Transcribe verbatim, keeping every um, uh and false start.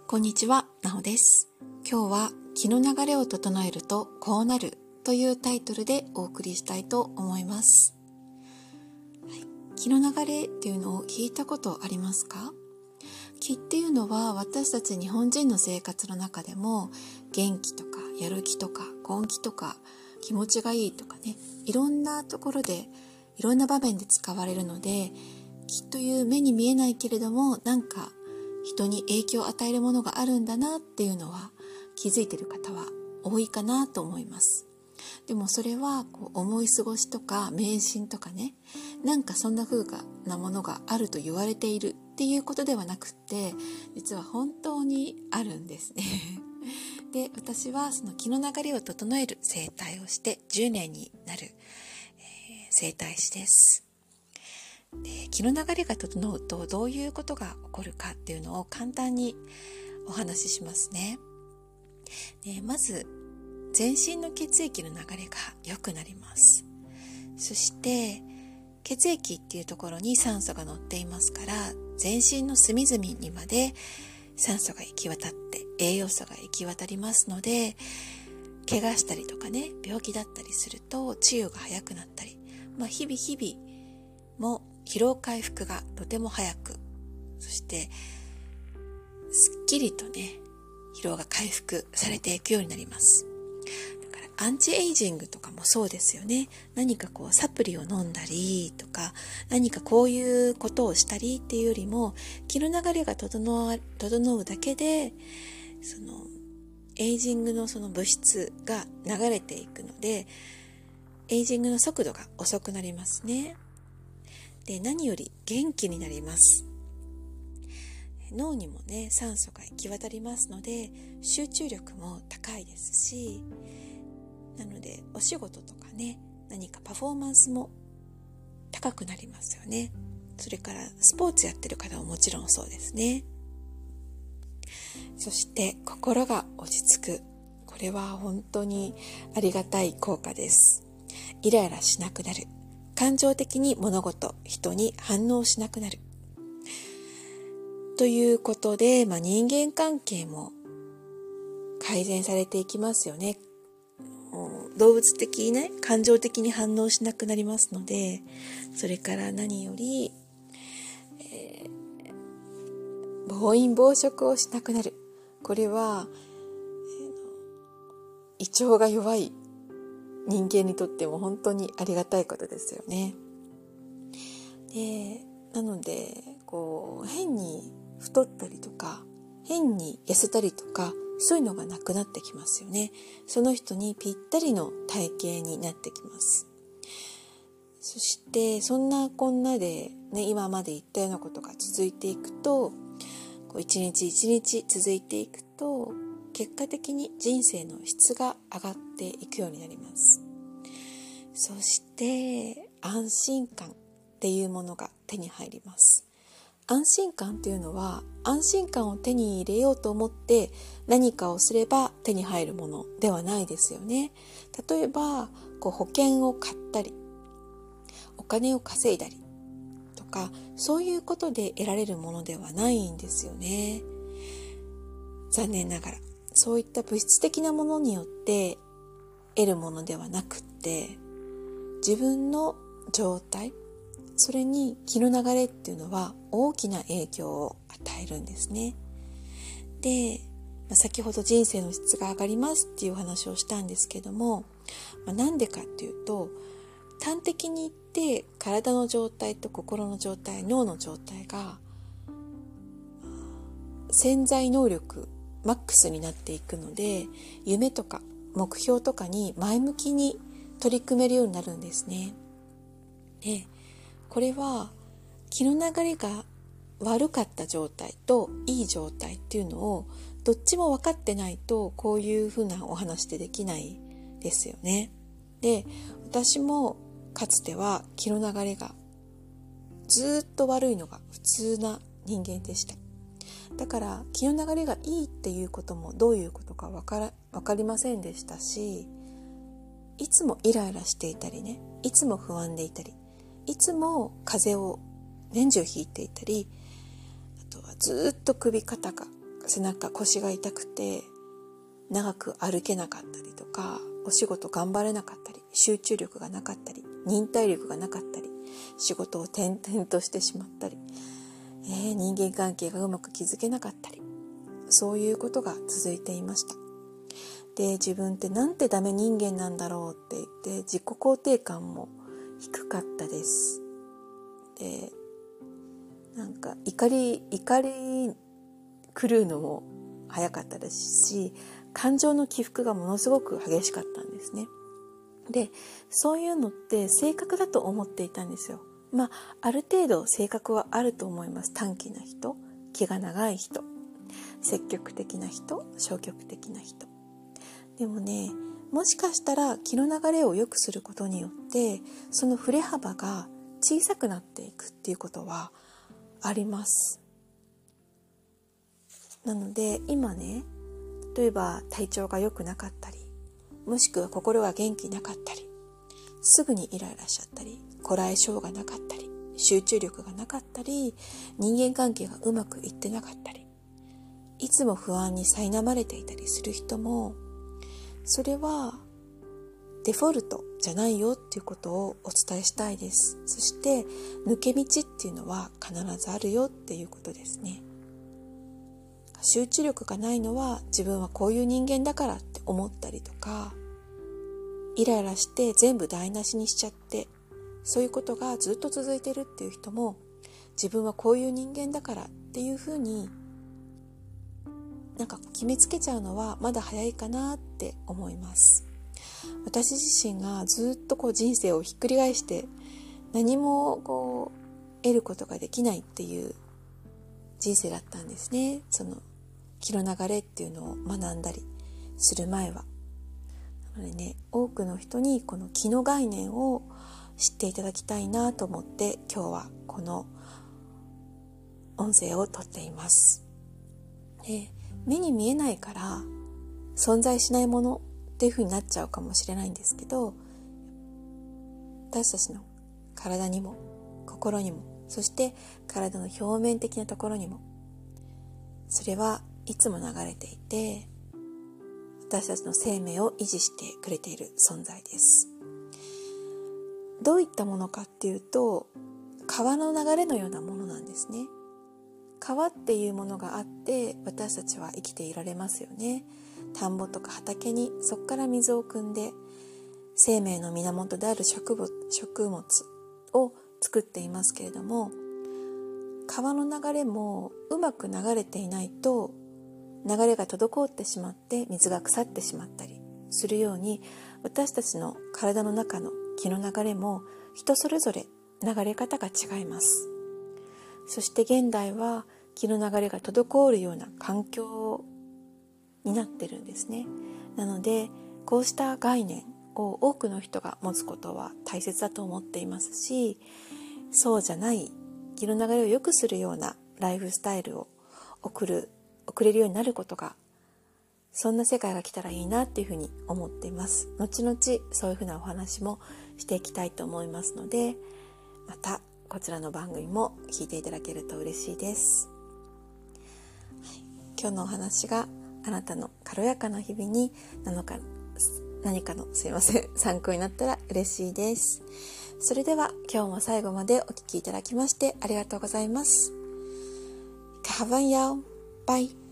こんにちは、なほです。今日は気の流れを整えるとこうなるというタイトルでお送りしたいと思います。はい、気の流れっていうのを聞いたことありますか？気っていうのは私たち日本人の生活の中でも元気とかやる気とか根気とか気持ちがいいとかね、いろんなところでいろんな場面で使われるので、気という目に見えないけれどもなんか人に影響を与えるものがあるんだなっていうのは気づいている方は多いかなと思います。でもそれはこう思い過ごしとか迷信とかね、なんかそんな風なものがあると言われているっていうことではなくって、実は本当にあるんですね。で、私はその気の流れを整える整体をしてじゅうねんになる、えー、整体師です。で、気の流れが整うとどういうことが起こるかっていうのを簡単にお話ししますね。で、まず全身の血液の流れが良くなります。そして血液っていうところに酸素が乗っていますから、全身の隅々にまで酸素が行き渡って栄養素が行き渡りますので、怪我したりとかね、病気だったりすると治癒が早くなったり、まあ、日々日々も疲労回復がとても早く、そしてすっきりとね、疲労が回復されていくようになります。だからアンチエイジングとかもそうですよね。何かこうサプリを飲んだりとか、何かこういうことをしたりっていうよりも、気の流れが整う、整うだけで、そのエイジングのその物質が流れていくので、エイジングの速度が遅くなりますね。で、何より元気になります。脳にもね、酸素が行き渡りますので、集中力も高いですし、なのでお仕事とかね、何かパフォーマンスも高くなりますよね。それからスポーツやってる方ももちろんそうですね。そして心が落ち着く。これは本当にありがたい効果です。イライラしなくなる。感情的に物事、人に反応しなくなる。ということで、まあ、人間関係も改善されていきますよね。動物的にね、感情的に反応しなくなりますので、それから何より、えー、暴飲暴食をしなくなる。これは、えー、胃腸が弱い人間にとっても本当にありがたいことですよね。で、なのでこう変に太ったりとか変に痩せたりとか、そういうのがなくなってきますよね。その人にぴったりの体型になってきます。そしてそんなこんなで、ね、今まで言ったようなことが続いていくと、こう一日一日続いていくと、結果的に人生の質が上がっていくようになります。そして安心感っていうものが手に入ります。安心感っていうのは、安心感を手に入れようと思って何かをすれば手に入るものではないですよね。例えばこう保険を買ったり、お金を稼いだりとか、そういうことで得られるものではないんですよね。残念ながらそういった物質的なものによって得るものではなくって、自分の状態、それに気の流れっていうのは大きな影響を与えるんですね。で、先ほど人生の質が上がりますっていうお話をしたんですけども、まあ、なんでかっていうと、端的に言って体の状態と心の状態、脳の状態が潜在能力マックスになっていくので、夢とか目標とかに前向きに取り組めるようになるんですね。で、これは気の流れが悪かった状態といい状態っていうのをどっちも分かってないと、こういうふうなお話ってできないですよね。で、私もかつては気の流れがずっと悪いのが普通な人間でした。だから気の流れがいいっていうこともどういうことか分から、分かりませんでしたし、いつもイライラしていたりね、いつも不安でいたり、いつも風邪を年中ひいていたり、あとはずっと首肩が背中腰が痛くて長く歩けなかったりとか、お仕事頑張れなかったり、集中力がなかったり、忍耐力がなかったり、仕事を転々としてしまったり、えー、人間関係がうまく築けなかったり、そういうことが続いていました。で、自分ってなんてダメ人間なんだろうって言って自己肯定感も低かったです。で、なんか怒り怒り狂うのも早かったですし、感情の起伏がものすごく激しかったんですね。で、そういうのって性格だと思っていたんですよ。まあ、ある程度性格はあると思います。短気な人、気が長い人、積極的な人、消極的な人。でもね、もしかしたら気の流れを良くすることによってその振れ幅が小さくなっていくっていうことはあります。なので今ね、例えば体調が良くなかったり、もしくは心が元気なかったり、すぐにイライラしちゃったり、こらえ性がなかったり、集中力がなかったり、人間関係がうまくいってなかったり、いつも不安に苛まれていたりする人も、それはデフォルトじゃないよっていうことをお伝えしたいです。そして抜け道っていうのは必ずあるよっていうことですね。集中力がないのは自分はこういう人間だからって思ったりとか、イライラして全部台無しにしちゃって、そういうことがずっと続いてるっていう人も、自分はこういう人間だからっていうふうになんか決めつけちゃうのはまだ早いかなって思います。私自身がずっとこう人生をひっくり返して何もこう得ることができないっていう人生だったんですね。その気の流れっていうのを学んだりする前は。なのでね、多くの人にこの気の概念を知っていただきたいなと思って今日はこの音声を撮っています。で、目に見えないから存在しないものっていう風になっちゃうかもしれないんですけど、私たちの体にも心にも、そして体の表面的なところにも、それはいつも流れていて、私たちの生命を維持してくれている存在です。どういったものかっていうと、川の流れのようなものなんですね。川っていうものがあって私たちは生きていられますよね。田んぼとか畑にそこから水を汲んで生命の源である植物、食物を作っていますけれども、川の流れもうまく流れていないと流れが滞ってしまって水が腐ってしまったりするように、私たちの体の中の気の流れも人それぞれ流れ方が違います。そして現代は気の流れが滞るような環境になってるんですね。なのでこうした概念を多くの人が持つことは大切だと思っていますし、そうじゃない気の流れを良くするようなライフスタイルを送る送れるようになることが、そんな世界が来たらいいなっていうふうに思っています。後々そういうふうなお話もしていきたいと思いますので、またこちらの番組も聞いていただけると嬉しいです。はい、今日のお話があなたの軽やかな日々に何か何かのすいません参考になったら嬉しいです。それでは今日も最後までお聞きいただきましてありがとうございます。カハバンヤオバイ。